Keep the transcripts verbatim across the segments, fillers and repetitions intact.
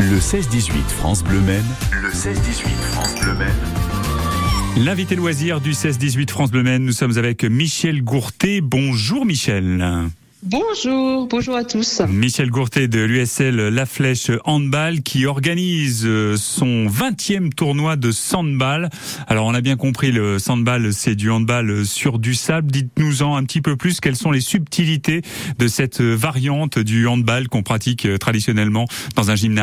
Le seize dix-huit France Bleu Maine. Le seize dix-huit France Bleu Maine. L'invité loisir du seize dix-huit France Bleu Maine, nous sommes avec Michel Gourtet. Bonjour Michel. Bonjour, bonjour à tous. Michel Gourtet de l'U S L La Flèche Handball qui organise son vingtième tournoi de sandball. Alors on a bien compris, le sandball c'est du handball sur du sable. Dites-nous-en un petit peu plus, quelles sont les subtilités de cette variante du handball qu'on pratique traditionnellement dans un gymnase ?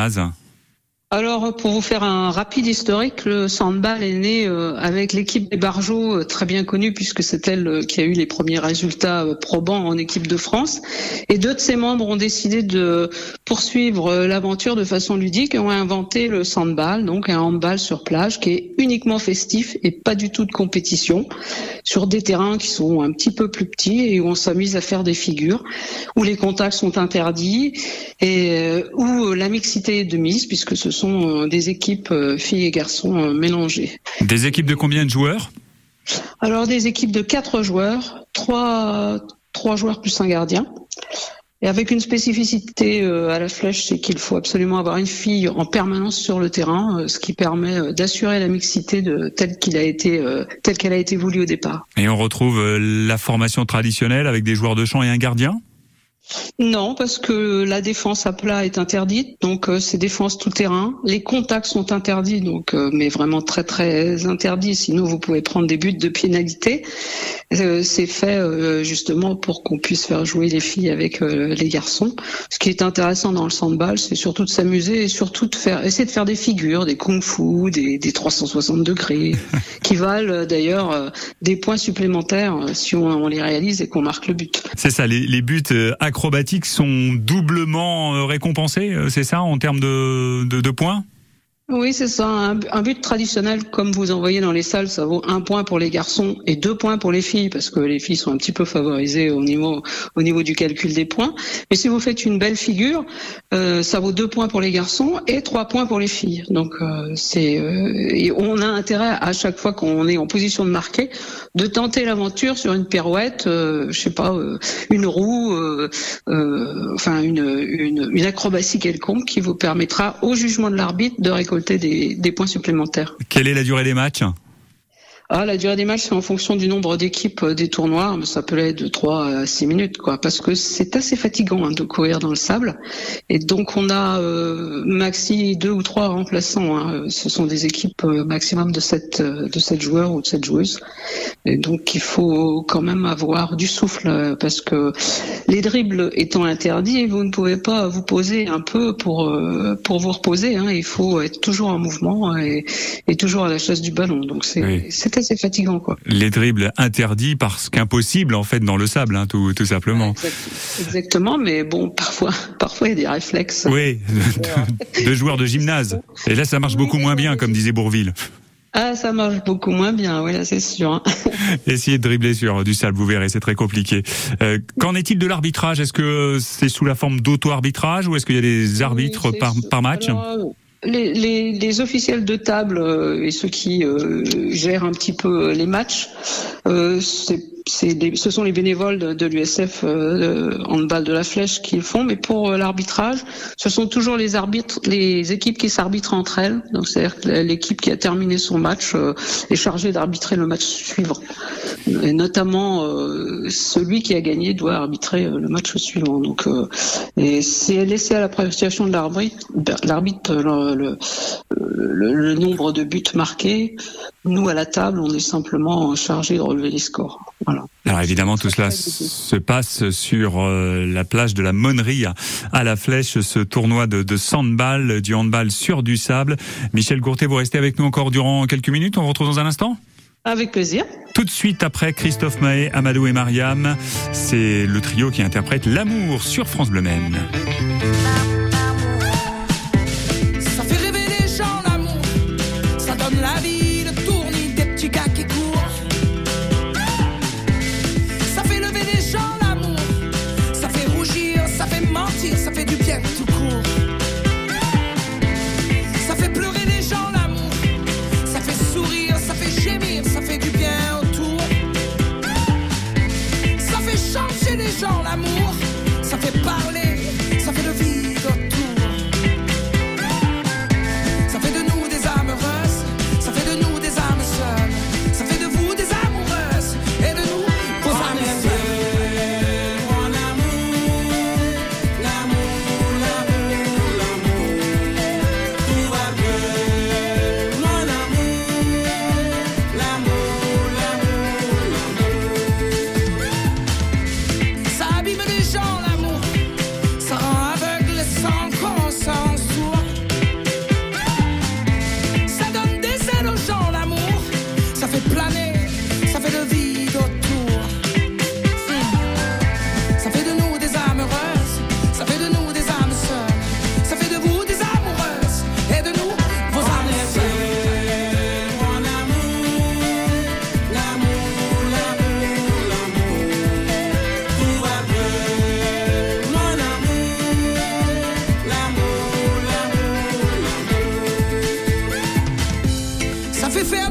Alors, pour vous faire un rapide historique, le sandball est né euh, avec l'équipe des Barjots, euh, très bien connue puisque c'est elle euh, qui a eu les premiers résultats euh, probants en équipe de France. Et deux de ses membres ont décidé de poursuivre euh, l'aventure de façon ludique et ont inventé le sandball, donc un handball sur plage qui est uniquement festif et pas du tout de compétition, sur des terrains qui sont un petit peu plus petits et où on s'amuse à faire des figures, où les contacts sont interdits et euh, où la mixité est de mise puisque ce sont des équipes filles et garçons mélangées. Des équipes de combien de joueurs ? Alors des équipes de quatre joueurs, trois, trois joueurs plus un gardien. Et avec une spécificité à la flèche, c'est qu'il faut absolument avoir une fille en permanence sur le terrain, ce qui permet d'assurer la mixité de telle qu'il a été, telle qu'elle a été voulue au départ. Et on retrouve la formation traditionnelle avec des joueurs de champ et un gardien ? Non, parce que la défense à plat est interdite, donc euh, c'est défense tout terrain. Les contacts sont interdits, donc euh, mais vraiment très très interdits. Sinon, vous pouvez prendre des buts de pénalité. Euh, c'est fait euh, justement pour qu'on puisse faire jouer les filles avec euh, les garçons. Ce qui est intéressant dans le sandball, c'est surtout de s'amuser et surtout de faire essayer de faire des figures, des kung-fu, des, des trois cent soixante degrés, qui valent euh, d'ailleurs euh, des points supplémentaires euh, si on, on les réalise et qu'on marque le but. C'est ça, les, les buts euh, acrobatiques sont doublement récompensés, c'est ça, en termes de, de, de points ? Oui, c'est ça. Un, un but traditionnel, comme vous en voyez dans les salles, ça vaut un point pour les garçons et deux points pour les filles, parce que les filles sont un petit peu favorisées au niveau, au niveau du calcul des points. Mais si vous faites une belle figure, euh, ça vaut deux points pour les garçons et trois points pour les filles. Donc, euh, c'est, euh, et on a intérêt à chaque fois qu'on est en position de marquer, de tenter l'aventure sur une pirouette, euh, je sais pas, euh, une roue, euh, euh, enfin une, une, une acrobatie quelconque qui vous permettra au jugement de l'arbitre de récolter Des, des points supplémentaires. Quelle est la durée des matchs ? Ah, la durée des matchs, c'est en fonction du nombre d'équipes des tournois. Ça peut être de trois à six minutes, quoi, parce que c'est assez fatigant hein, de courir dans le sable. Et donc, on a euh, maxi deux ou trois remplaçants. Hein. Ce sont des équipes euh, maximum de sept, de sept joueurs ou de sept joueuses. Et donc, il faut quand même avoir du souffle, parce que les dribbles étant interdits, vous ne pouvez pas vous poser un peu pour euh, pour vous reposer. Hein. Il faut être toujours en mouvement et, et toujours à la chasse du ballon. Donc, c'est, oui. c'est assez fatigant, quoi. Les dribbles interdits parce qu'impossible en fait dans le sable, hein, tout, tout simplement. Exactement, mais bon, parfois, parfois il y a des réflexes. Oui, de, de joueurs de gymnase. Et là, ça marche oui, beaucoup moins bien, comme disait Bourvil. Ah, ça marche beaucoup moins bien, oui, là, c'est sûr. Essayez de dribbler sur du sable, vous verrez, c'est très compliqué. Euh, qu'en est-il de l'arbitrage ? Est-ce que c'est sous la forme d'auto-arbitrage ou est-ce qu'il y a des arbitres oui, par, par match ? Alors, Les, les, les officiels de table euh, et ceux qui euh, gèrent un petit peu les matchs, euh, c'est, c'est des, ce sont les bénévoles de, de l'U S F euh, handball de la Flèche qui le font. Mais pour euh, l'arbitrage, ce sont toujours les arbitres, les équipes qui s'arbitrent entre elles. Donc c'est-à-dire que l'équipe qui a terminé son match euh, est chargée d'arbitrer le match suivant. Et notamment euh, celui qui a gagné doit arbitrer euh, le match suivant. Donc euh, et c'est laissé à l'appréciation de l'arbitre, l'arbitre le, le, le, le nombre de buts marqués. Nous à la table, on est simplement chargé de relever les scores. Voilà. Alors évidemment, tout cela se passe sur euh, la plage de la Monnerie à La Flèche, ce tournoi de, de sandball, du handball sur du sable. Michel Gourtet, vous restez avec nous encore durant quelques minutes. On vous retrouve dans un instant ? Avec plaisir. Tout de suite après Christophe Maé, Amadou et Mariam, c'est le trio qui interprète L'amour sur France Bleu Maine. Ça fait rêver les gens, l'amour. Ça donne la vie, le tournis des petits gars qui courent. Ça fait lever les gens, l'amour. Ça fait rougir, ça fait mentir, ça fait du bien tout court. Ça fait pleurer les gens, l'amour. Ça fait sourire, ça fait gémir, ça fait du bien autour. Ça fait changer les gens, l'amour. Ça fait parler, ça fait le vivre.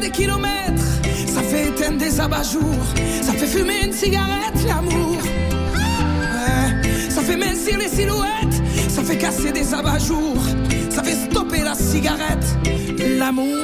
des kilomètres, ça fait éteindre des abat-jours, ça fait fumer une cigarette, l'amour. Ouais, ça fait mincir les silhouettes, ça fait casser des abat-jours, ça fait stopper la cigarette, l'amour.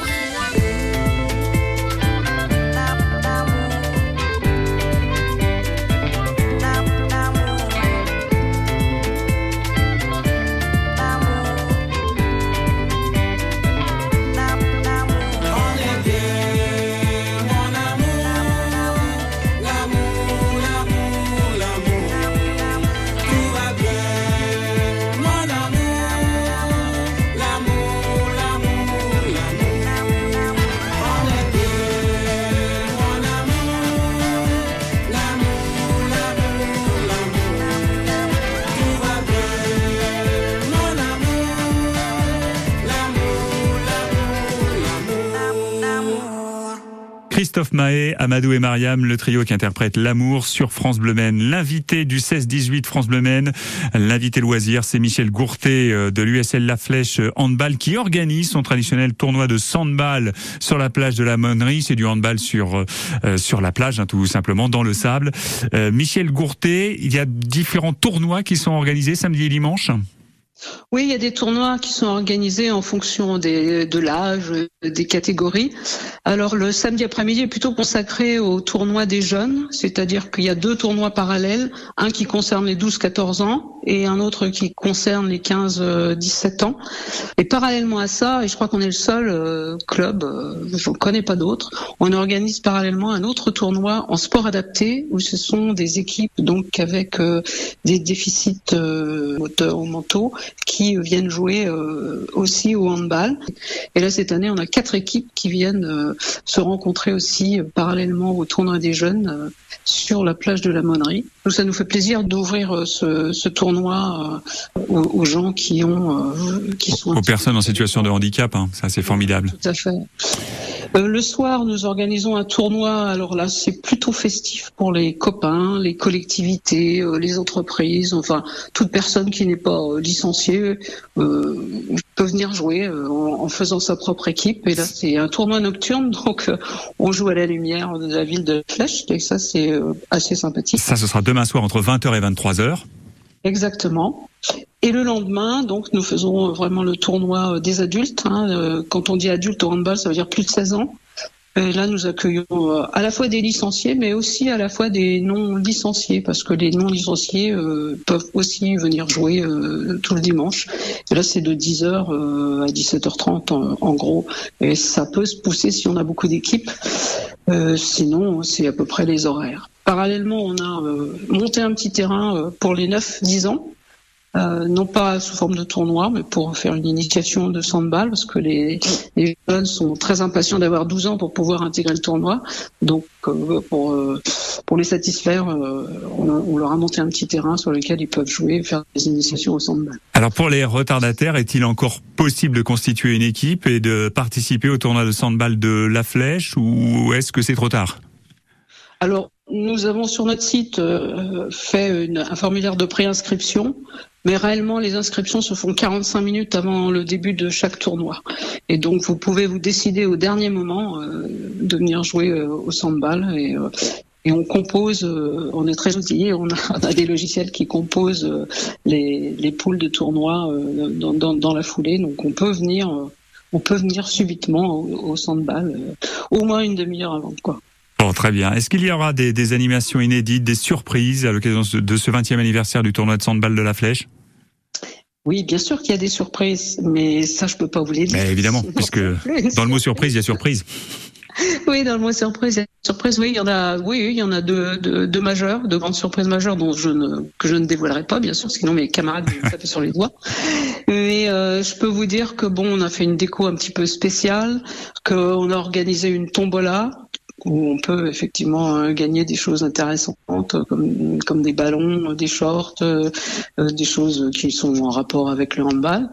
Christophe Mahé, Amadou et Mariam, le trio qui interprète L'amour sur France Bleu Maine. L'invité du seize dix-huit France Bleu Maine, l'invité loisir, c'est Michel Gourtet de l'U S L La Flèche Handball qui organise son traditionnel tournoi de handball sur la plage de la Monnerie. C'est du handball sur euh, sur la plage, hein, tout simplement, dans le sable. Euh, Michel Gourtet, il y a différents tournois qui sont organisés samedi et dimanche. Oui, il y a des tournois qui sont organisés en fonction des, de l'âge, des catégories. Alors le samedi après-midi est plutôt consacré au tournoi des jeunes, c'est-à-dire qu'il y a deux tournois parallèles, un qui concerne les douze quatorze ans et un autre qui concerne les quinze dix-sept ans. Et parallèlement à ça, et je crois qu'on est le seul euh, club, euh, je ne connais pas d'autres, on organise parallèlement un autre tournoi en sport adapté où ce sont des équipes donc avec euh, des déficits euh, moteurs ou mentaux qui viennent jouer euh, aussi au handball. Et là, cette année, on a quatre équipes qui viennent euh, se rencontrer aussi euh, parallèlement au tournoi des jeunes euh, sur la plage de la Monnerie. Donc, ça nous fait plaisir d'ouvrir euh, ce, ce tournoi euh, aux, aux gens qui ont, euh, qui sont aux personnes en situation de handicap. Hein. Ça, c'est formidable. Tout à fait. Euh, le soir, nous organisons un tournoi. Alors là, c'est plutôt festif pour les copains, les collectivités, euh, les entreprises, enfin toute personne qui n'est pas euh, licenciée euh, peut venir jouer euh, en, en faisant sa propre équipe. Et là, c'est un tournoi nocturne, donc euh, on joue à la lumière de la ville de La Flèche. Et ça, c'est euh, assez sympathique. Ça, ce sera demain soir entre vingt heures et vingt-trois heures. Exactement. Et le lendemain, donc, nous faisons vraiment le tournoi des adultes. Hein. Quand on dit adulte au handball, ça veut dire plus de seize ans. Et là, nous accueillons à la fois des licenciés, mais aussi à la fois des non-licenciés, parce que les non-licenciés euh, peuvent aussi venir jouer euh, tout le dimanche. Et là, c'est de dix heures euh, à dix-sept heures trente, en, en gros. Et ça peut se pousser si on a beaucoup d'équipes. Euh, sinon, c'est à peu près les horaires. Parallèlement, on a euh, monté un petit terrain euh, pour les neuf dix ans. Euh, non pas sous forme de tournoi, mais pour faire une initiation de handball, parce que les, les jeunes sont très impatients d'avoir douze ans pour pouvoir intégrer le tournoi. Donc, euh, pour, euh, pour les satisfaire, euh, on, on leur a monté un petit terrain sur lequel ils peuvent jouer et faire des initiations au handball. Alors, pour les retardataires, est-il encore possible de constituer une équipe et de participer au tournoi de handball de La Flèche, ou est-ce que c'est trop tard ? Alors, nous avons sur notre site euh, fait une, un formulaire de préinscription, mais réellement les inscriptions se font quarante-cinq minutes avant le début de chaque tournoi. Et donc vous pouvez vous décider au dernier moment euh, de venir jouer euh, au handball. Et, euh, et on compose, euh, on est très outillés, on a, on a des logiciels qui composent euh, les, les poules de tournois euh, dans, dans, dans la foulée. Donc on peut venir, euh, on peut venir subitement au, au handball, euh, au moins une demi-heure avant, quoi. Bon, très bien. Est-ce qu'il y aura des, des animations inédites, des surprises à l'occasion de ce vingtième anniversaire du tournoi de handball de La Flèche ? Oui, bien sûr qu'il y a des surprises, mais ça, je peux pas vous les dire. Mais évidemment, puisque dans le mot surprise, il y a surprise. Oui, dans le mot surprise, il y a surprise. Oui, il y en a. Oui, il y en a deux, deux, deux majeures, deux grandes surprises majeures, dont je ne que je ne dévoilerai pas, bien sûr, sinon mes camarades vont me taper sur les doigts. Mais euh, je peux vous dire que bon, on a fait une déco un petit peu spéciale, qu'on a organisé une tombola, où on peut effectivement gagner des choses intéressantes comme, comme des ballons, des shorts, euh, des choses qui sont en rapport avec le handball.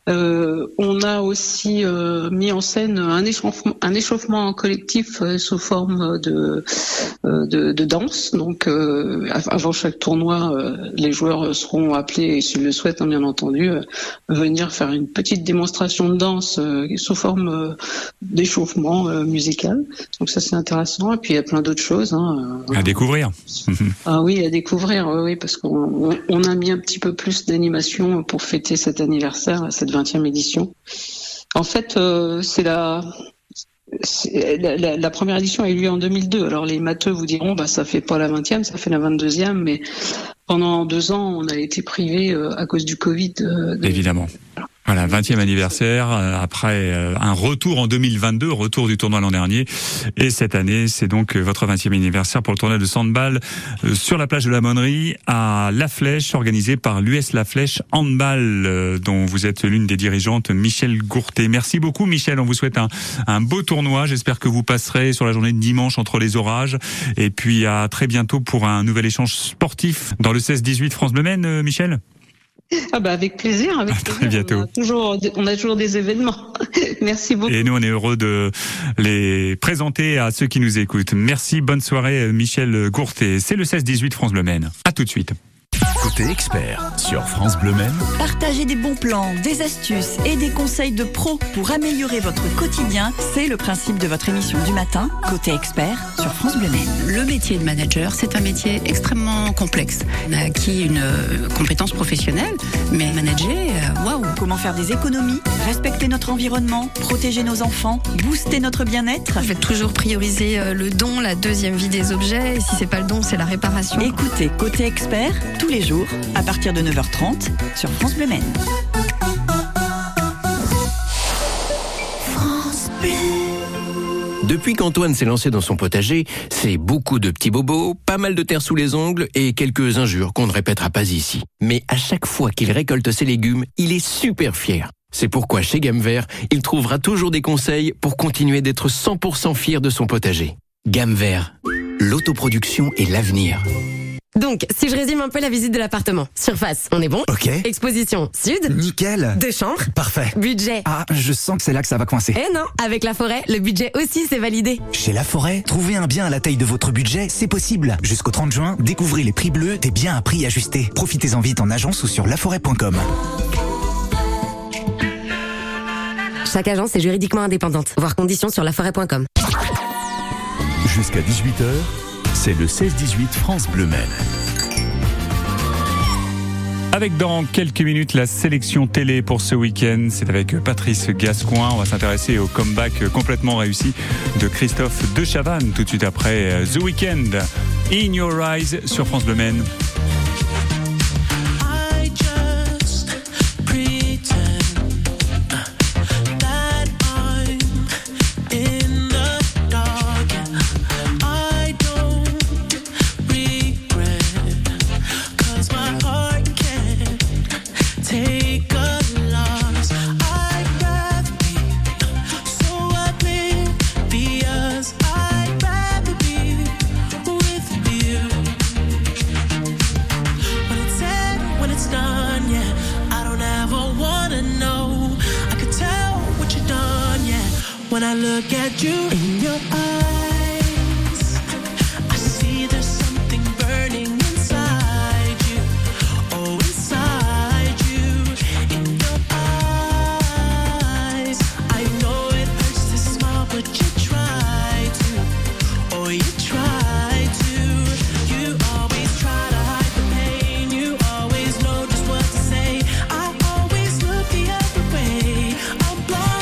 Euh, on a aussi euh, mis en scène un échauffement, un échauffement collectif euh, sous forme de, euh, de, de danse. Donc, euh, avant chaque tournoi, euh, les joueurs seront appelés, et s'ils le souhaitent, hein, bien entendu, euh, venir faire une petite démonstration de danse euh, sous forme euh, d'échauffement euh, musical. Donc ça, c'est intéressant. Et puis il y a plein d'autres choses. Hein, à découvrir. Ah oui, à découvrir, oui, oui, parce qu'on on, on a mis un petit peu plus d'animation pour fêter cet anniversaire, cette vingtième édition. En fait, euh, c'est la, c'est la, la, la première édition a eu lieu en deux mille deux. Alors les matheux vous diront, bah ça fait pas la vingtième, ça fait la vingt-deuxième, mais pendant deux ans, on a été privés euh, à cause du Covid. Euh, de... Évidemment. Voilà, vingtième anniversaire, euh, après euh, un retour en deux mille vingt-deux, retour du tournoi l'an dernier. Et cette année, c'est donc votre vingtième anniversaire pour le tournoi de handball euh, sur la plage de la Monnerie à La Flèche, organisé par l'U S La Flèche Handball, euh, dont vous êtes l'une des dirigeantes, Michèle Gourtet. Merci beaucoup, Michèle. On vous souhaite un, un beau tournoi. J'espère que vous passerez sur la journée de dimanche entre les orages. Et puis à très bientôt pour un nouvel échange sportif dans le seize dix-huit France Bleu Maine, euh, Michèle. Ah bah avec plaisir, avec à plaisir. Très bientôt. On a toujours, on a toujours des événements. Merci beaucoup. Et nous, on est heureux de les présenter à ceux qui nous écoutent. Merci, bonne soirée, Michèle Gourtet. C'est le seize dix-huit France Bleu Maine. À tout de suite. Côté expert sur France Bleu Maine. Partagez des bons plans, des astuces et des conseils de pros pour améliorer votre quotidien. C'est le principe de votre émission du matin, Côté expert sur France Bleu Maine. Le métier de manager, c'est un métier extrêmement complexe. On a acquis une euh, compétence professionnelle, mais manager, waouh wow. Comment faire des économies, respecter notre environnement, protéger nos enfants, booster notre bien-être. Je vais toujours prioriser euh, le don, la deuxième vie des objets. Et si c'est pas le don, c'est la réparation. Écoutez Côté expert tous les jours à partir de neuf heures trente sur France Bleu Maine. France Bleu. Depuis qu'Antoine s'est lancé dans son potager, c'est beaucoup de petits bobos, pas mal de terre sous les ongles et quelques injures qu'on ne répétera pas ici. Mais à chaque fois qu'il récolte ses légumes, il est super fier. C'est pourquoi chez Gamme Vert, il trouvera toujours des conseils pour continuer d'être cent pour cent fier de son potager. Gamme Vert, l'autoproduction est l'avenir. Donc, si je résume un peu la visite de l'appartement. Surface, on est bon. Ok. Exposition, sud. Nickel. Deux chambres. Parfait. Budget. Ah, je sens que c'est là que ça va coincer. Eh non, avec La Forêt, le budget aussi c'est validé. Chez La Forêt, trouver un bien à la taille de votre budget, c'est possible. Jusqu'au trente juin, découvrez les prix bleus des biens à prix ajustés. Profitez-en vite en agence ou sur laforêt point com. Chaque agence est juridiquement indépendante. Voir conditions sur laforêt point com. Jusqu'à dix-huit heures, c'est le seize dix-huit France Bleu Maine. Avec dans quelques minutes la sélection télé pour ce week-end, c'est avec Patrice Gascoin. On va s'intéresser au comeback complètement réussi de Christophe de Chavannes tout de suite après The Weeknd. In Your Eyes sur France Bleu Maine. When I look at you in your eyes, I see there's something burning inside you. Oh, inside you, in your eyes. I know it hurts to smile, but you try to. Oh, you try to. You always try to hide the pain. You always know just what to say. I always look the other way. I'm blind.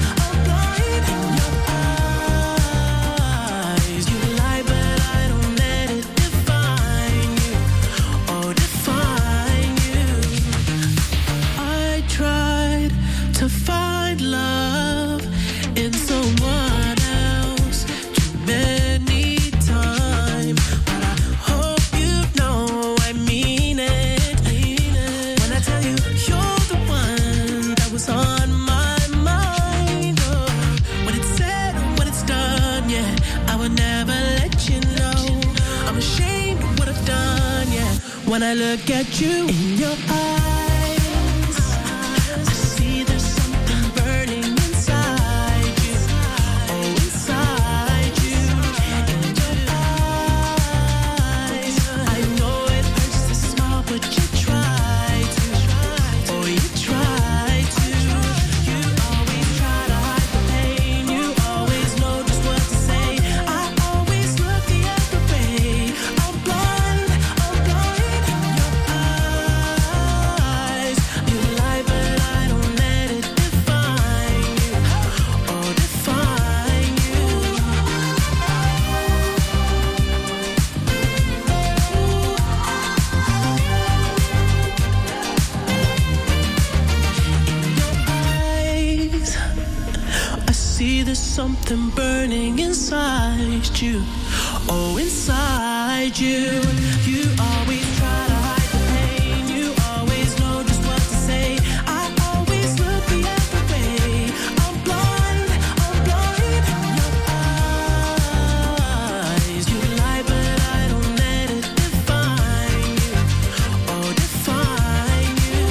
To find love in someone else too many times, but I hope you know I mean it, mean it. When I tell you you're the one that was on my mind. Oh, when it's said and when it's done, yeah, I would never let you know. I'm ashamed of what I've done, yeah. When I look at you in your eyes, I see the there's something burning inside you. Oh, inside you. You always try to hide the pain. You always know just what to say. I always look the other way. I'm blind, I'm blind. Your eyes, you lie, but I don't let it define you. Oh, define you.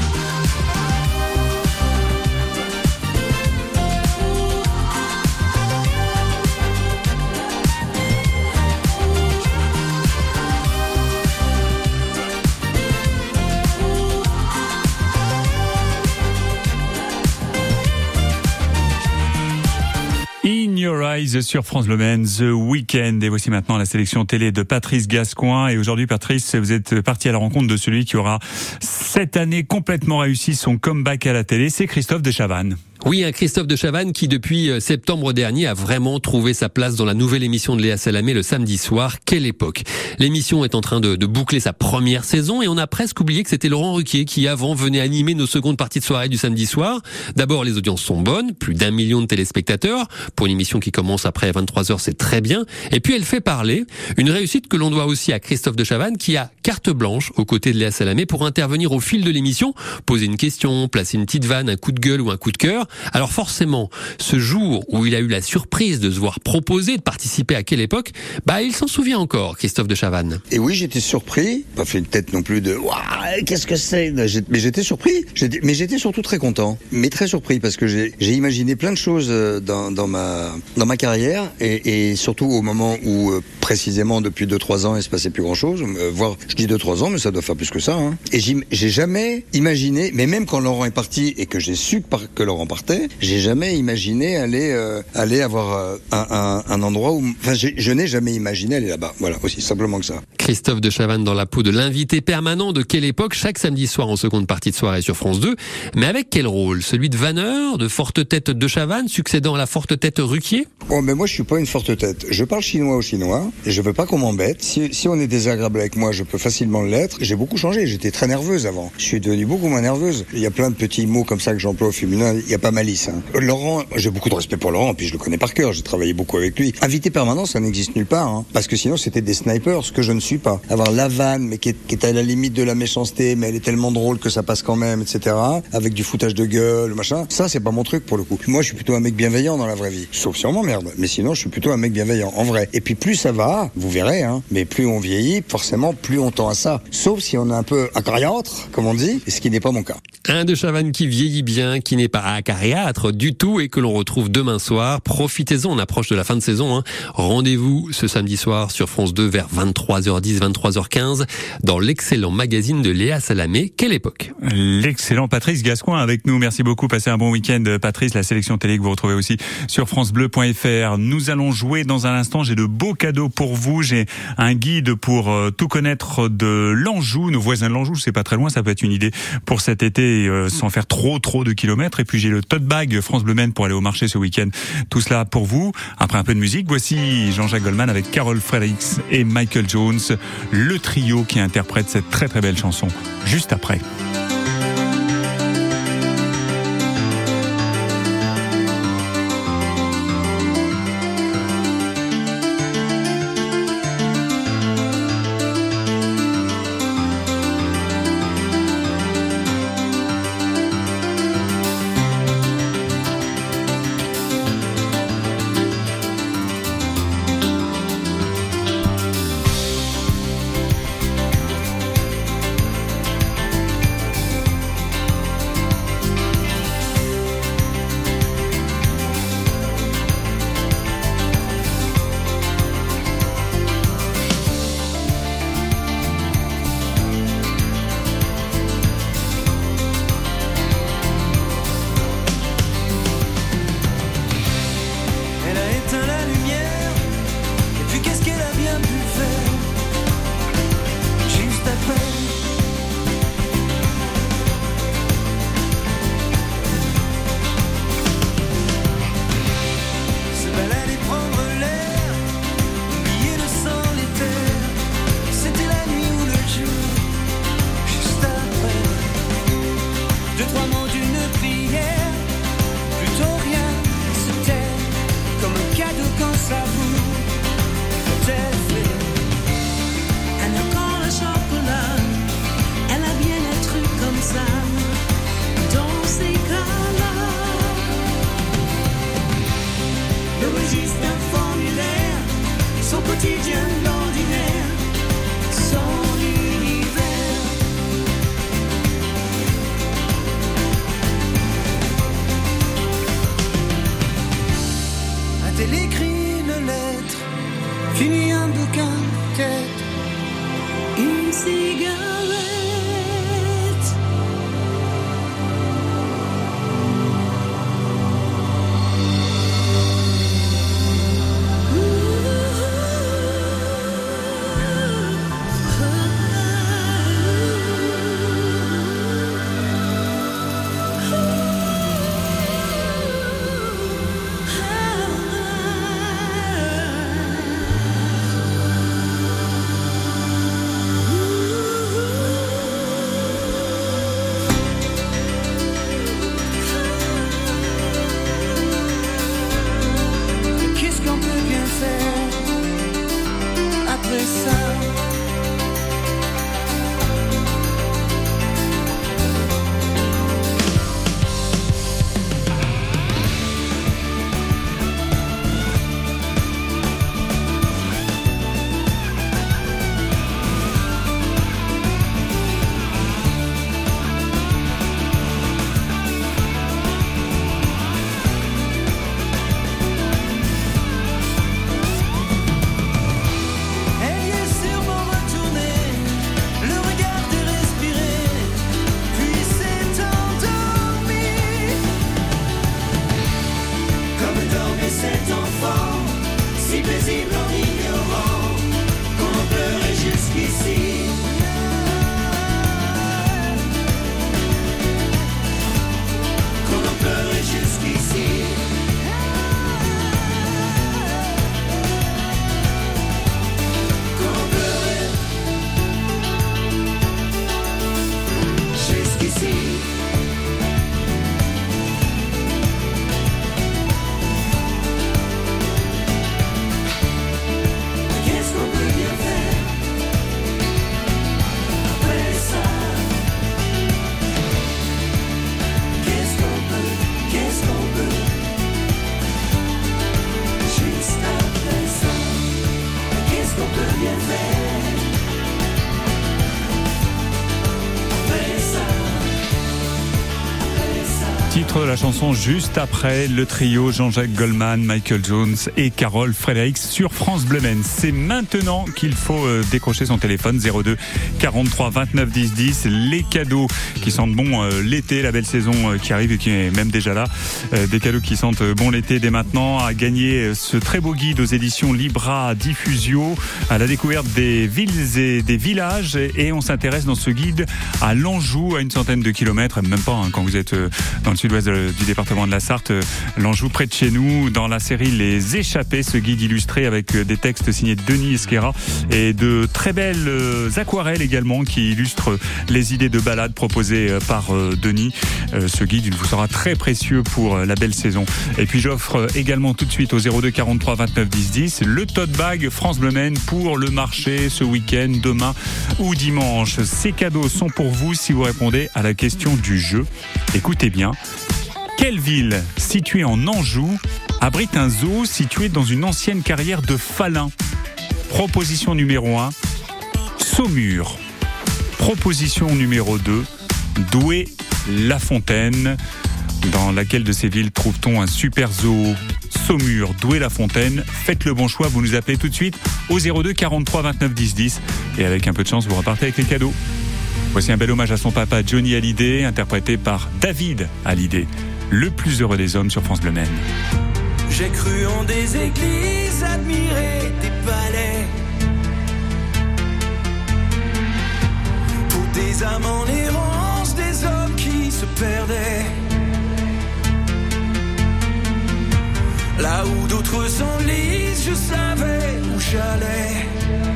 In Your Eyes sur France Bleu Maine, The Weekend. Et voici maintenant la sélection télé de Patrice Gascoin. Et aujourd'hui, Patrice, vous êtes parti à la rencontre de celui qui aura cette année complètement réussi son comeback à la télé. C'est Christophe de Chavannes. Oui, un Christophe de Chavannes qui, depuis septembre dernier, a vraiment trouvé sa place dans la nouvelle émission de Léa Salamé le samedi soir. Quelle époque! L'émission est en train de, de boucler sa première saison et on a presque oublié que c'était Laurent Ruquier qui, avant, venait animer nos secondes parties de soirée du samedi soir. D'abord, les audiences sont bonnes, plus d'un million de téléspectateurs. Pour une émission qui commence après vingt-trois heures, c'est très bien. Et puis, elle fait parler. Une réussite que l'on doit aussi à Christophe de Chavannes qui a carte blanche aux côtés de Léa Salamé pour intervenir au fil de l'émission, poser une question, placer une petite vanne, un coup de gueule ou un coup de cœur. Alors forcément, ce jour où il a eu la surprise de se voir proposer de participer à Quelle époque, bah il s'en souvient encore, Christophe de Chavannes. Et oui, j'étais surpris, pas fait une tête non plus de waouh, qu'est-ce que c'est, mais j'étais surpris, j'étais, mais j'étais surtout très content, mais très surpris parce que j'ai, j'ai imaginé plein de choses dans, dans ma dans ma carrière et, et surtout au moment où euh, précisément depuis deux trois ans il se passait plus grand chose, euh, voire je dis deux trois ans, mais ça doit faire plus que ça. Hein. Et j'ai, j'ai jamais imaginé, mais même quand Laurent est parti et que j'ai su que, par, que Laurent partait, j'ai jamais imaginé aller euh, aller avoir euh, un, un, un endroit où, enfin, je n'ai jamais imaginé aller là-bas. Voilà, aussi simplement que ça. Christophe de Chavannes dans la peau de l'invité permanent de Quelle époque, chaque samedi soir en seconde partie de soirée sur France deux. Mais avec quel rôle? Celui de vanneur, de forte tête de Chavannes, succédant à la forte tête Ruquier? Oh, mais moi je suis pas une forte tête. Je parle chinois aux Chinois et je veux pas qu'on m'embête. Si, si on est désagréable avec moi, je peux facilement l'être. J'ai beaucoup changé. J'étais très nerveuse avant. Je suis devenue beaucoup moins nerveuse. Il y a plein de petits mots comme ça que j'emploie au féminin. Il y a pas malice. Hein. Laurent, j'ai beaucoup de respect pour Laurent, puis je le connais par cœur. J'ai travaillé beaucoup avec lui. Invité permanent, ça n'existe nulle part, hein, parce que sinon c'était des snipers, ce que je ne suis pas. Avoir la vanne, mais qui est, qui est à la limite de la méchanceté, mais elle est tellement drôle que ça passe quand même, et cetera. Avec du foutage de gueule, machin. Ça, c'est pas mon truc pour le coup. Moi, je suis plutôt un mec bienveillant dans la vraie vie. Sauf si on m'emmerde. Mais sinon, je suis plutôt un mec bienveillant, en vrai. Et puis plus ça va, vous verrez, hein. Mais plus on vieillit, forcément, plus on tend à ça. Sauf si on est un peu acariâtre, comme on dit, ce qui n'est pas mon cas. Un de Chavannes qui vieillit bien, qui n'est pas acariâtre du tout et que l'on retrouve demain soir. Profitez-en, on approche de la fin de saison. Hein. Rendez-vous ce samedi soir sur France deux vers vingt-trois heures dix, vingt-trois heures quinze dans l'excellent magazine de Léa Salamé. Quelle époque? L'excellent Patrice Gascoin avec nous. Merci beaucoup. Passez un bon week-end, Patrice. La sélection télé que vous retrouvez aussi sur francebleu point f r. Nous allons jouer dans un instant. J'ai de beaux cadeaux pour vous. J'ai un guide pour euh, tout connaître de l'Anjou. Nos voisins de l'Anjou, c'est pas très loin. Ça peut être une idée pour cet été euh, sans faire trop trop de kilomètres. Et puis j'ai le tote bag France Bleu Maine pour aller au marché ce week-end. Tout cela pour vous. Après un peu de musique, voici Jean-Jacques Goldman avec Carol Fredericks et Michael Jones, le trio qui interprète cette très très belle chanson juste après. aucun tête. Une cigarette. De la chanson juste après le trio Jean-Jacques Goldman, Michael Jones et Carol Fredericks sur France Bleu Maine. C'est maintenant qu'il faut décrocher son téléphone zéro deux quarante-trois vingt-neuf dix dix. Les cadeaux qui sentent bon euh, l'été, la belle saison euh, qui arrive et qui est même déjà là. Euh, des cadeaux qui sentent bon l'été dès maintenant. À gagner ce très beau guide aux éditions Libra Diffusio à la découverte des villes et des villages. Et, et on s'intéresse dans ce guide à l'Anjou, à une centaine de kilomètres, même pas hein, quand vous êtes euh, dans le sud-ouest du département de la Sarthe, l'Anjou près de chez nous, dans la série Les Échappés, ce guide illustré avec des textes signés Denis Esquera et de très belles aquarelles également qui illustrent les idées de balade proposées par Denis. Ce guide, il vous sera très précieux pour la belle saison. Et puis j'offre également tout de suite au zéro deux quarante-trois vingt-neuf dix dix le tote bag France Bleu Maine pour le marché ce week-end, demain ou dimanche. Ces cadeaux sont pour vous si vous répondez à la question du jeu. Écoutez bien. Quelle ville, située en Anjou, abrite un zoo situé dans une ancienne carrière de Falin? Proposition numéro un, Saumur. Proposition numéro deux, Douai-la-Fontaine. Dans laquelle de ces villes trouve-t-on un super zoo? Saumur, Douai-la-Fontaine. Faites le bon choix, vous nous appelez tout de suite au zéro deux quarante-trois vingt-neuf dix dix. Et avec un peu de chance, vous repartez avec les cadeaux. Voici un bel hommage à son papa Johnny Hallyday, interprété par David Hallyday, le plus heureux des hommes sur France Bleu Maine. J'ai cru en des églises, admiré des palais, pour des âmes en errance, des hommes qui se perdaient. Là où d'autres s'enlisent, je savais où j'allais.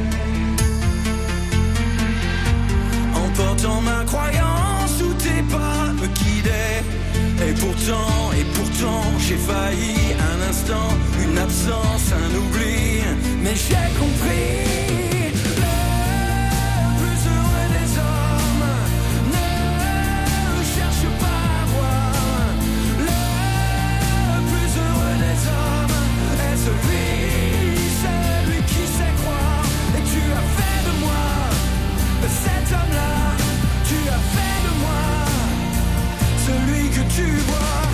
Portant ma croyance où tes pas me guidaient. Et pourtant, et pourtant, j'ai failli un instant, une absence, un oubli. Mais j'ai compris. Tu vois,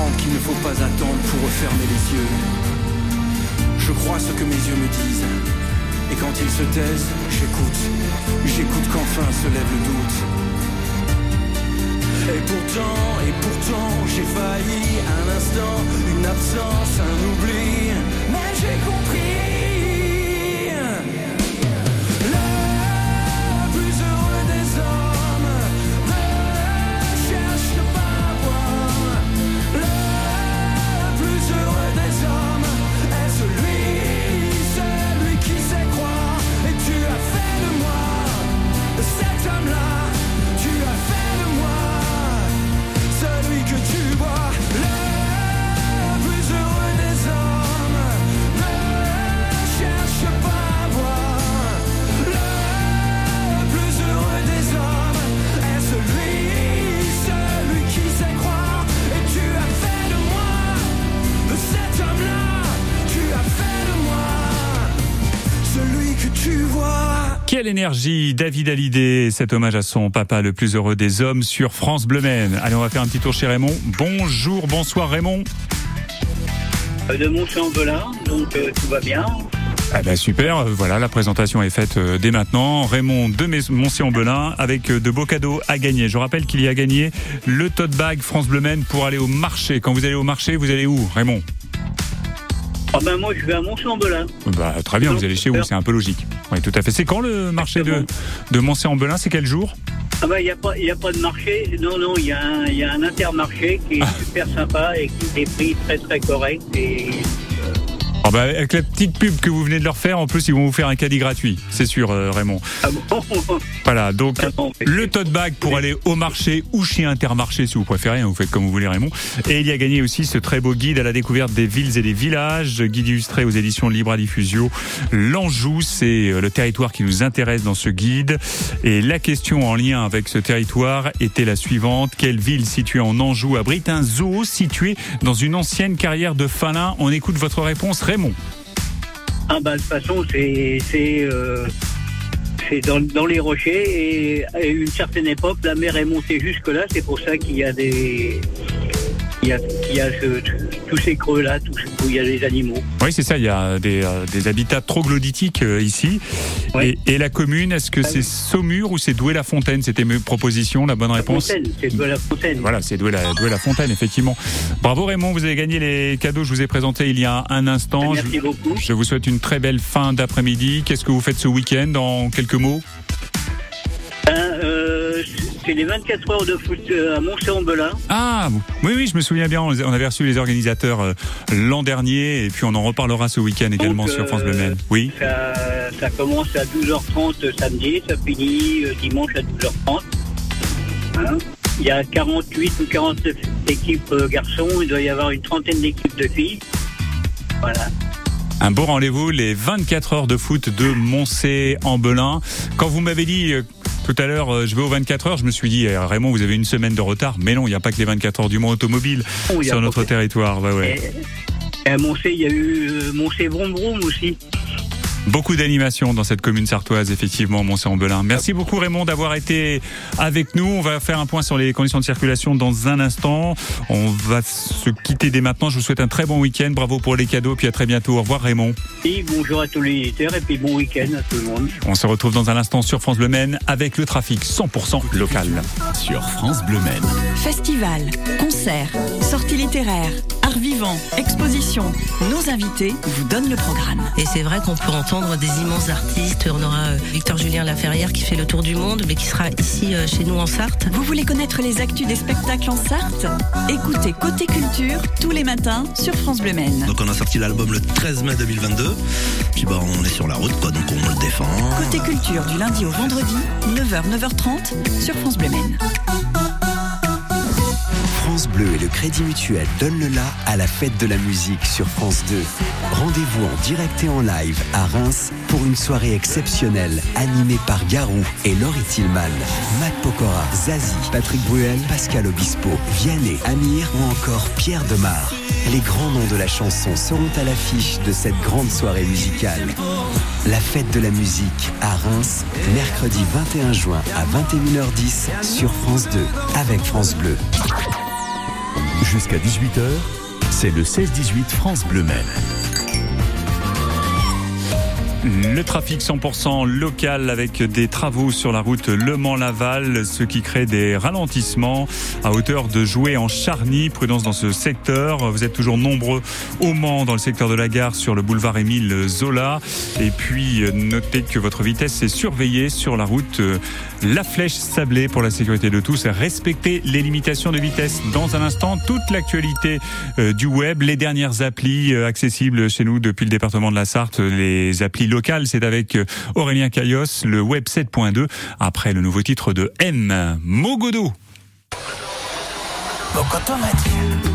comprendre qu'il ne faut pas attendre pour refermer les yeux. Je crois ce que mes yeux me disent. Et quand ils se taisent, j'écoute. J'écoute qu'enfin se lève le doute. Et pourtant, et pourtant, j'ai failli un instant, une absence, un oubli. Mais j'ai compris. Le plus heureux des hommes ne cherche pas à voir. Le plus heureux des hommes est celui, celui qui sait croire. Et tu as fait de moi cet homme-là. Tu as fait de moi celui que tu vois. Le plus heureux des hommes ne cherche pas à voir. Le plus heureux des hommes est celui, celui qui sait croire. Et tu as fait de moi cet homme-là. Tu as fait de moi celui que tu vois. Quelle énergie, David Hallyday, cet hommage à son papa le plus heureux des hommes sur France Bleu Maine. Allez, on va faire un petit tour chez Raymond. Bonjour, bonsoir Raymond. De Mont-Saint-Belin, donc euh, tout va bien. Ah ben super, euh, voilà, la présentation est faite euh, dès maintenant. Raymond de Mont-Saint-Belin avec euh, de beaux cadeaux à gagner. Je rappelle qu'il y a gagné le tote bag France Bleu Maine pour aller au marché. Quand vous allez au marché, vous allez où, Raymond? Ah ben moi je vais à Mont-Saint-Belin. Bah très bien, vous allez chez vous, c'est un peu logique. Oui, tout à fait. C'est quand le marché de, de Mont-Saint-Belin? C'est quel jour? Ah ben il n'y a pas, il y a pas de marché. Non non, il y a un, il y a un intermarché qui est ah. super sympa et qui a des prix très très corrects et. Oh bah, avec la petite pub que vous venez de leur faire, en plus ils vont vous faire un caddie gratuit, c'est sûr euh, Raymond. Ah bon. Voilà, donc ah bon, le tote bag pour aller au marché ou chez Intermarché si vous préférez, hein, vous faites comme vous voulez Raymond. Et il y a gagné aussi ce très beau guide à la découverte des villes et des villages, guide illustré aux éditions Libra Diffusio. L'Anjou, c'est le territoire qui nous intéresse dans ce guide. Et la question en lien avec ce territoire était la suivante: quelle ville située en Anjou abrite un zoo situé dans une ancienne carrière de fanin? On écoute votre réponse Raymond. Ah bah de toute façon c'est c'est euh, c'est dans, dans les rochers et à une certaine époque la mer est montée jusque là, c'est pour ça qu'il y a des il y a, il y a ce, tous ces creux là, tous, où il y a des animaux. Oui c'est ça, il y a des, euh, des habitats troglodytiques euh, ici. Ouais. Et, et la commune, est-ce que ah, c'est oui. Saumur ou c'est Douai-la-Fontaine? C'était mes propositions, la bonne la réponse. Fontaine, c'est Douai-la-Fontaine. Voilà, c'est Douai-la-Fontaine, effectivement. Bravo Raymond, vous avez gagné les cadeaux que je vous ai présentés il y a un instant. Merci je, beaucoup. Je vous souhaite une très belle fin d'après-midi. Qu'est-ce que vous faites ce week-end en quelques mots? Ben, euh, c'est les vingt-quatre heures de foot à Mont-Saint-Belin. Ah, oui, oui, je me souviens bien. On avait reçu les organisateurs euh, l'an dernier et puis on en reparlera ce week-end également. Donc, sur France Bleu Maine. Oui. Ça, ça commence à douze heures trente samedi, ça finit euh, dimanche à douze heures trente. Hein? Il y a quarante-huit ou quarante-neuf équipes euh, garçons, il doit y avoir une trentaine d'équipes de filles. Voilà. Un beau rendez-vous, les vingt-quatre heures de foot de Mont-Saint-Belin. Quand vous m'avez dit euh, tout à l'heure, euh, je vais aux vingt-quatre heures, je me suis dit, eh, Raymond, vous avez une semaine de retard. Mais non, il n'y a pas que les vingt-quatre heures du Mont automobile oh, sur notre territoire. Bah, ouais. Et, et à Mont-Saint, il y a eu euh, Mont-Saint-Vroom-Vroom aussi. Beaucoup d'animation dans cette commune sartoise, effectivement, Mont-Saint-Belin. Merci beaucoup Raymond d'avoir été avec nous. On va faire un point sur les conditions de circulation dans un instant. On va se quitter dès maintenant. Je vous souhaite un très bon week-end. Bravo pour les cadeaux, puis à très bientôt. Au revoir Raymond. Et bonjour à tous les éditeurs et puis bon week-end à tout le monde. On se retrouve dans un instant sur France Bleu Maine avec le trafic cent pour cent local. Sur France Bleu Maine. Festival, concerts, sorties littéraires, art vivant, expositions. Nos invités vous donnent le programme. Et c'est vrai qu'on peut entendre des immenses artistes. On aura Victor Julien Laferrière qui fait le tour du monde, mais qui sera ici chez nous en Sarthe. Vous voulez connaître les actus des spectacles en Sarthe? Écoutez Côté Culture tous les matins sur France Bleu Maine. Donc on a sorti l'album le treize mai deux mille vingt-deux. Puis bah on est sur la route quoi, donc on le défend. Côté Culture du lundi au vendredi, neuf heures neuf heures trente sur France Bleu Maine. France Bleu et le Crédit Mutuel donnent le la à la fête de la musique sur France deux. Rendez-vous en direct et en live à Reims pour une soirée exceptionnelle animée par Garou et Laurie Tillman, Matt Pokora, Zazie, Patrick Bruel, Pascal Obispo, Vianney, Amir ou encore Pierre Demar. Les grands noms de la chanson seront à l'affiche de cette grande soirée musicale. La fête de la musique à Reims, mercredi vingt et un juin à vingt et une heures dix sur France deux avec France Bleu. Jusqu'à dix-huit heures, c'est le seize dix-huit France Bleu Maine. Le trafic cent pour cent local avec des travaux sur la route Le Mans-Laval, ce qui crée des ralentissements à hauteur de Joué en Charny. Prudence dans ce secteur. Vous êtes toujours nombreux au Mans dans le secteur de la gare sur le boulevard Émile Zola. Et puis notez que votre vitesse est surveillée sur la route La Flèche Sablé pour la sécurité de tous. Respectez les limitations de vitesse. Dans un instant, toute l'actualité du web, les dernières applis accessibles chez nous depuis le département de la Sarthe, les applis local, c'est avec Aurélien Caillos, le Web sept point deux, après le nouveau titre de M, Mogodo. Mogodo m'a dit.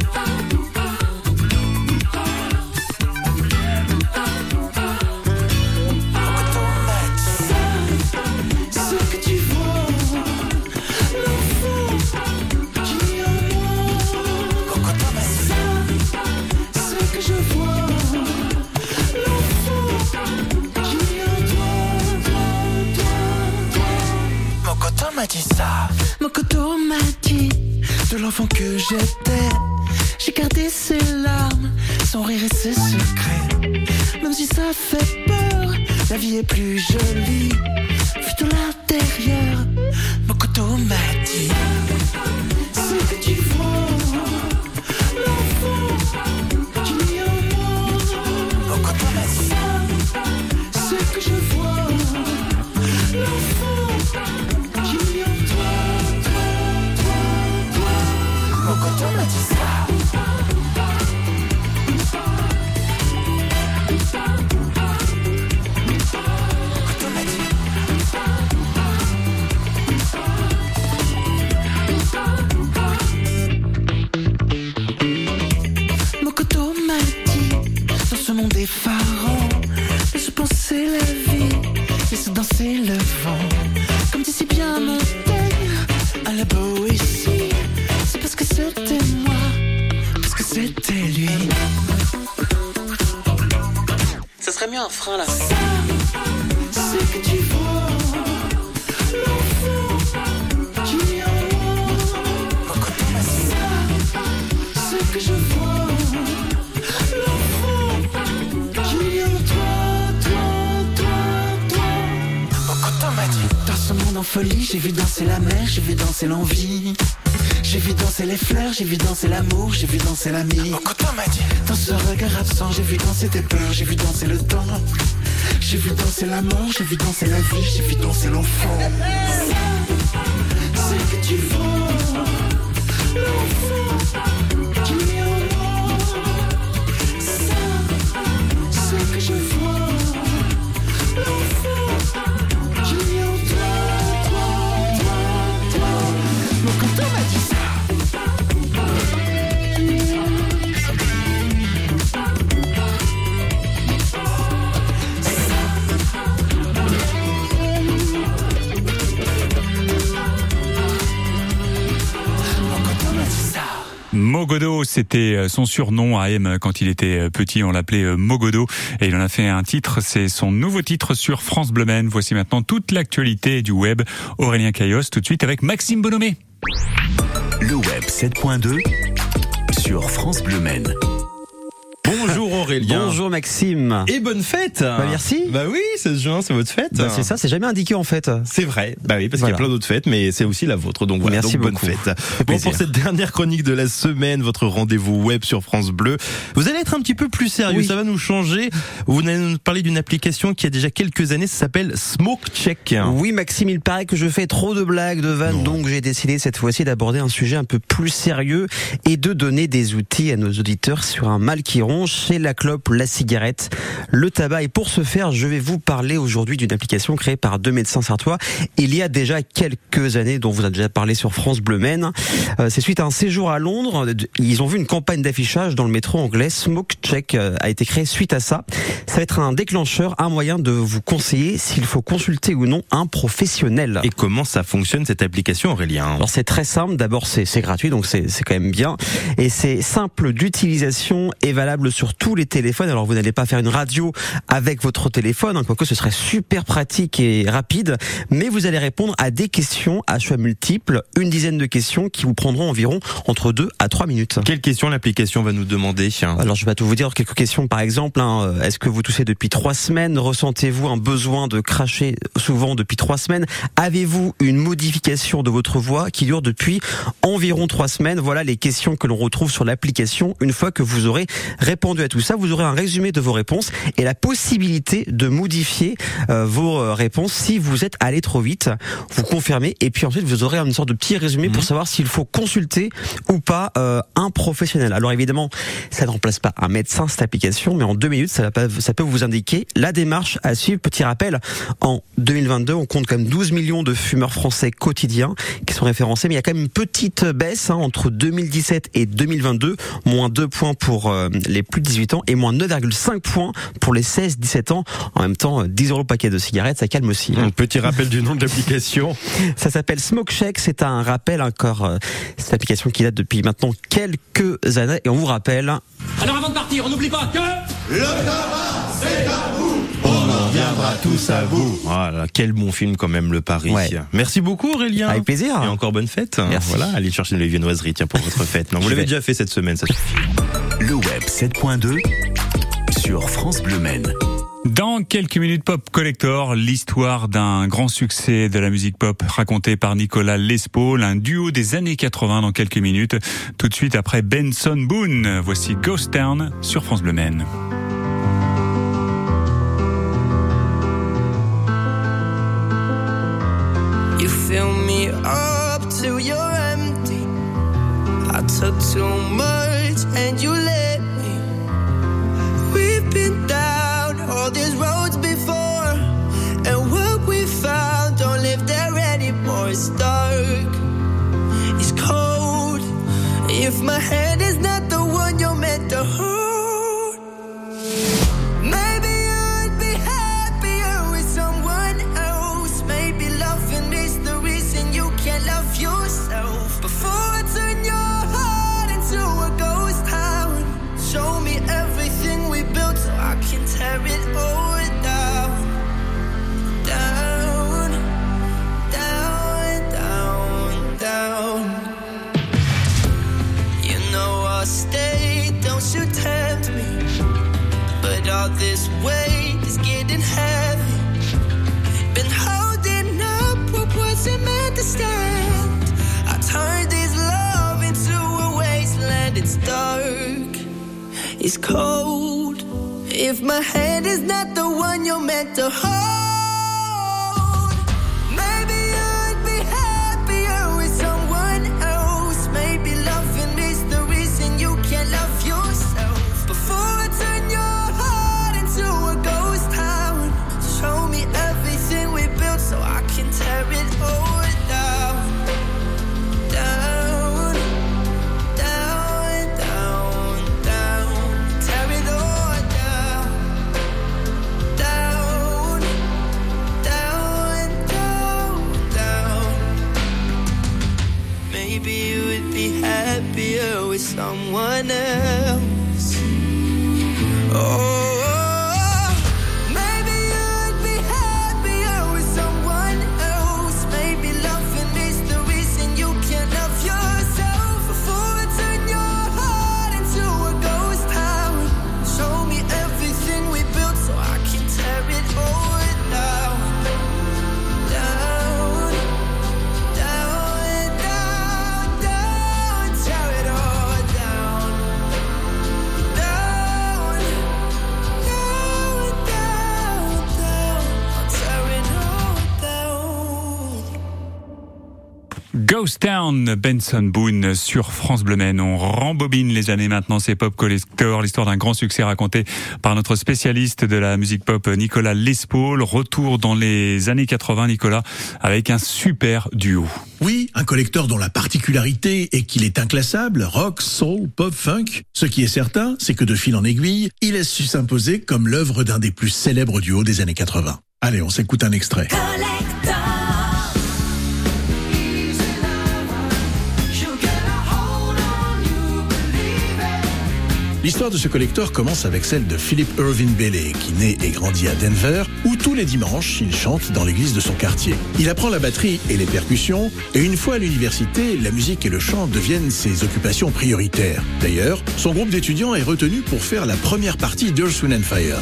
M'a dit ça. Mokoto m'a dit de l'enfant que j'étais. J'ai gardé ses larmes, son rire et ses secrets. Même si ça fait peur, la vie est plus jolie vu de l'intérieur. Mokoto m'a dit ce que tu vois, l'enfant qui est en moi. Mokoto m'a dit ce que je vois, l'enfant. Mokoto m'a dit ça. Mokoto m'a dit dans ce monde effarant, laisse penser la vie, laisse danser le vent. Comme dit si bien Montaigne à la Boétie. C'est parce que c'était moi, parce que c'était lui. Ça serait mieux un frein là. Ça, c'est que tu vois, l'enfant qui est en moi. Ça, c'est que je vois, l'enfant qui est en toi, toi, toi, toi. Mokoto m'a dit. Dans ce monde en folie, j'ai vu danser la mer, j'ai vu danser l'envie. J'ai vu danser les fleurs, j'ai vu danser l'amour, j'ai vu danser l'ami. Mokoto m'a dit. Dans ce regard absent, j'ai vu danser tes peurs, j'ai vu danser le temps. J'ai vu danser la mort, j'ai vu danser la vie, j'ai vu danser l'enfant. C'est que tu vois, l'enfant qui est en moi. Ça, c'est que je vois, l'enfant qui est en toi, toi, toi, toi. Mokoto m'a dit ça. Mogodo, c'était son surnom à M quand il était petit, on l'appelait Mogodo et il en a fait un titre, c'est son nouveau titre sur France Bleu Maine. Voici maintenant toute l'actualité du web. Aurélien Caillos tout de suite avec Maxime Bonhomé. Le Web sept point deux sur France Bleu Maine. Bonjour Aurélien. Bonjour Maxime. Et bonne fête. Bah merci. Bah oui, seize juin, c'est votre fête. Bah c'est ça, c'est jamais indiqué en fait. C'est vrai. Bah oui, parce voilà. qu'il y a plein d'autres fêtes, mais c'est aussi la vôtre. Donc voilà, merci donc bonne beaucoup. fête. Bon, pour cette dernière chronique de la semaine, votre rendez-vous web sur France Bleu, vous allez être un petit peu plus sérieux, oui. Ça va nous changer. Vous allez nous parler d'une application qui a déjà quelques années, ça s'appelle Smoke Check. Oui Maxime, il paraît que je fais trop de blagues, de vannes, non. Donc j'ai décidé cette fois-ci d'aborder un sujet un peu plus sérieux et de donner des outils à nos auditeurs sur un mal qui ronge, c'est la clope, la cigarette, le tabac. Et pour ce faire, je vais vous parler aujourd'hui d'une application créée par deux médecins sartois il y a déjà quelques années, dont vous avez déjà parlé sur France Bleu Maine. Euh, c'est suite à un séjour à Londres. Ils ont vu une campagne d'affichage dans le métro anglais. Smoke Check a été créé suite à ça. Ça va être un déclencheur, un moyen de vous conseiller s'il faut consulter ou non un professionnel. Et comment ça fonctionne cette application, Aurélien? Alors c'est très simple. D'abord c'est, c'est gratuit, donc c'est, c'est quand même bien. Et c'est simple d'utilisation et valable sur tous les téléphones. Alors vous n'allez pas faire une radio avec votre téléphone, hein, quoique ce serait super pratique et rapide, mais vous allez répondre à des questions à choix multiples, une dizaine de questions qui vous prendront environ entre deux à trois minutes. Quelle question l'application va nous demander? Alors je vais tout vous dire, quelques questions par exemple. Hein, est-ce que vous toussez depuis trois semaines? Ressentez-vous un besoin de cracher souvent depuis trois semaines? Avez-vous une modification de votre voix qui dure depuis environ trois semaines? Voilà les questions que l'on retrouve sur l'application. Une fois que vous aurez répondu à tout ça, vous aurez un résumé de vos réponses et la possibilité de modifier euh, vos réponses si vous êtes allé trop vite. Vous confirmez et puis ensuite vous aurez une sorte de petit résumé mmh. pour savoir s'il faut consulter ou pas euh, un professionnel. Alors évidemment, ça ne remplace pas un médecin cette application, mais en deux minutes, ça, va, ça peut vous indiquer la démarche à suivre. Petit rappel, en deux mille vingt-deux, on compte quand même douze millions de fumeurs français quotidiens qui sont référencés, mais il y a quand même une petite baisse hein, entre deux mille dix-sept et deux mille vingt-deux, moins deux points pour euh, les plus de dix-huit ans et moins neuf virgule cinq points pour les seize dix-sept ans. En même temps, dix euros le paquet de cigarettes, ça calme aussi. Un petit rappel du nom de l'application. Ça s'appelle Smoke Check, c'est un rappel encore, euh, cette application qui date depuis maintenant quelques années et on vous rappelle... Alors avant de partir, on n'oublie pas que... Le tabac, c'est à vous. On en viendra tous à vous. Voilà, quel bon film quand même, Le Pari. Ouais. Merci beaucoup Aurélien. Avec plaisir. Et encore bonne fête. Merci. Voilà, allez chercher les viennoiseries tiens, pour votre fête. Non, vous l'avez déjà fait cette semaine, ça suffit. Le web sept point deux sur France Bleu Maine. Dans quelques minutes, Pop Collector, l'histoire d'un grand succès de la musique pop racontée par Nicolas Lespaul, un duo des années quatre-vingts dans quelques minutes. Tout de suite après Benson Boone, voici Ghost Town sur France Bleu Maine. You fill me up till you're empty. I took too much and you let me. We've been down all these roads before, and what we found don't live there anymore. It's dark, it's cold. If my hand is not the one you're meant to hold, maybe I'd be happier with someone else. Maybe loving is the reason you can't love yourself. Before I turn your heart into a ghost town, show me everything we built so I can tear it all down. Down, down, down, down. You know I'll stay, don't you tempt me. But all this weight is getting heavy. Been holding up what wasn't meant to stand. I turned this love into a wasteland. It's dark, it's cold. If my hand is not the one you're meant to hold, maybe I'd be happier with someone else. Maybe loving is the reason you can't love yourself. Before I turn your heart into a ghost town, show me everything we built so I can tear it all down. Down, down, down, down. Tear it all down. Down, down, down, down. Maybe you would be happier with someone else. Oh. Ghost Town, Benson Boone sur France Bleu Maine. On rembobine les années maintenant, c'est Pop Collector, l'histoire d'un grand succès raconté par notre spécialiste de la musique pop Nicolas Lespaul. Retour dans les années quatre-vingts, Nicolas, avec un super duo. Oui, un collecteur dont la particularité est qu'il est inclassable, rock, soul, pop, funk. Ce qui est certain, c'est que de fil en aiguille, il a su s'imposer comme l'œuvre d'un des plus célèbres duos des années quatre-vingts. Allez, on s'écoute un extrait. L'histoire de ce collector commence avec celle de Philip Irving Bailey, qui naît et grandit à Denver, où tous les dimanches, il chante dans l'église de son quartier. Il apprend la batterie et les percussions, et une fois à l'université, la musique et le chant deviennent ses occupations prioritaires. D'ailleurs, son groupe d'étudiants est retenu pour faire la première partie d'Earth, Wind and Fire.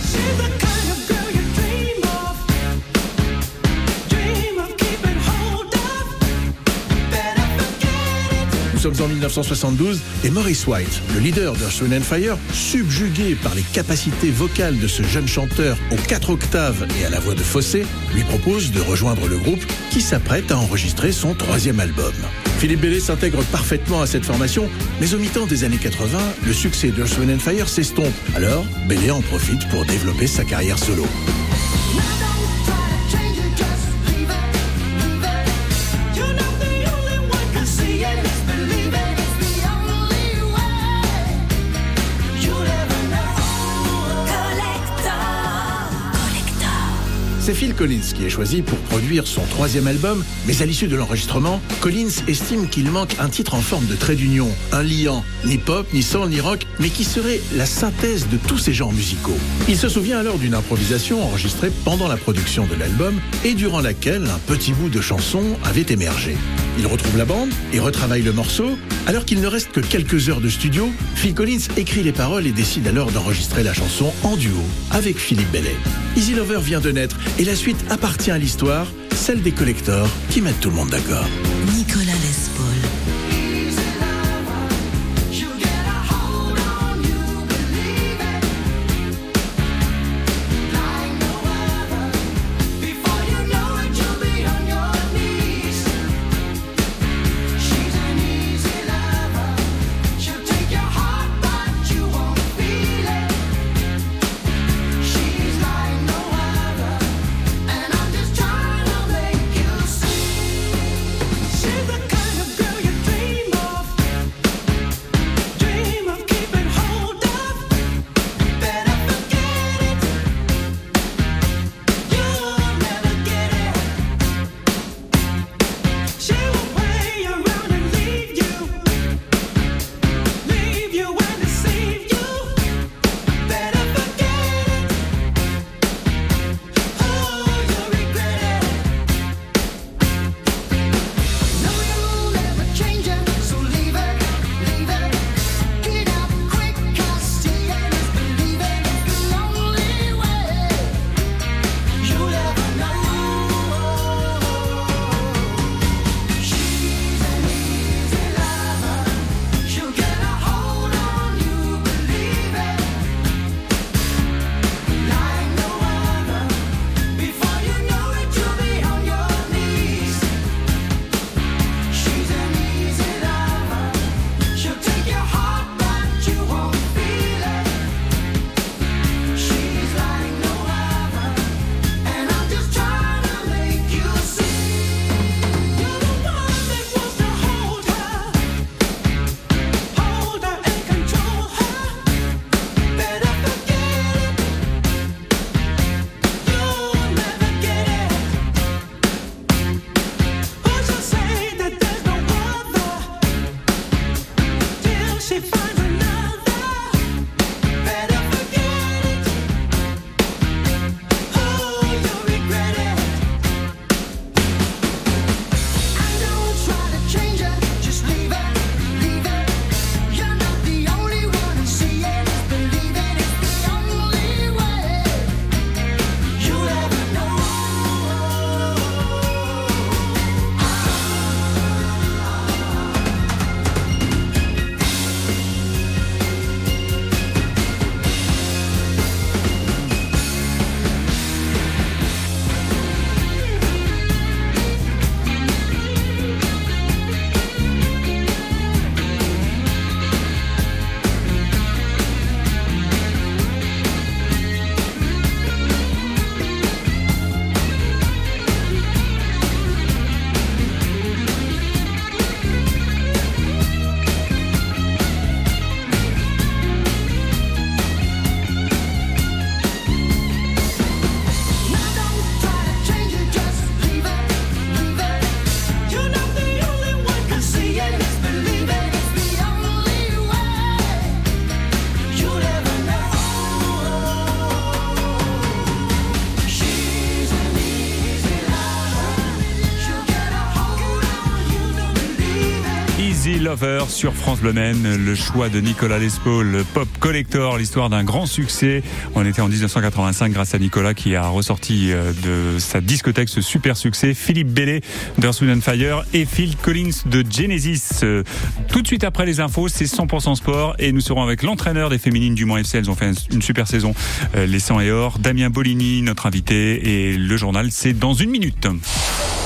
Nous sommes en mille neuf cent soixante-douze et Maurice White, le leader d'Earth, Wind and Fire, subjugué par les capacités vocales de ce jeune chanteur aux quatre octaves et à la voix de Fossé, lui propose de rejoindre le groupe qui s'apprête à enregistrer son troisième album. Philip Bailey s'intègre parfaitement à cette formation, mais au mi-temps des années quatre-vingts, le succès d'Earth, Wind and Fire s'estompe. Alors, Bailey en profite pour développer sa carrière solo. C'est Phil Collins qui est choisi pour produire son troisième album, mais à l'issue de l'enregistrement, Collins estime qu'il manque un titre en forme de trait d'union, un liant, ni pop, ni soul, ni rock, mais qui serait la synthèse de tous ces genres musicaux. Il se souvient alors d'une improvisation enregistrée pendant la production de l'album et durant laquelle un petit bout de chanson avait émergé. Il retrouve la bande et retravaille le morceau. Alors qu'il ne reste que quelques heures de studio, Phil Collins écrit les paroles et décide alors d'enregistrer la chanson en duo avec Philip Bailey. Easy Lover vient de naître et la suite appartient à l'histoire, celle des collectors qui mettent tout le monde d'accord. Nicolas Lespaul. She's the kind of Easy Lover sur France Bleu Maine. Le choix de Nicolas Lescaut, le Pop Collector, l'histoire d'un grand succès. On était en dix-neuf cent quatre-vingt-cinq grâce à Nicolas qui a ressorti de sa discothèque ce super succès. Philippe Bellet d'Earth, Wind and Fire et Phil Collins de Genesis. Tout de suite après les infos, c'est cent pour cent sport et nous serons avec l'entraîneur des féminines du Mans F C. Elles ont fait une super saison. Les cent et or, Damien Bolini, notre invité, et le journal, c'est dans une minute.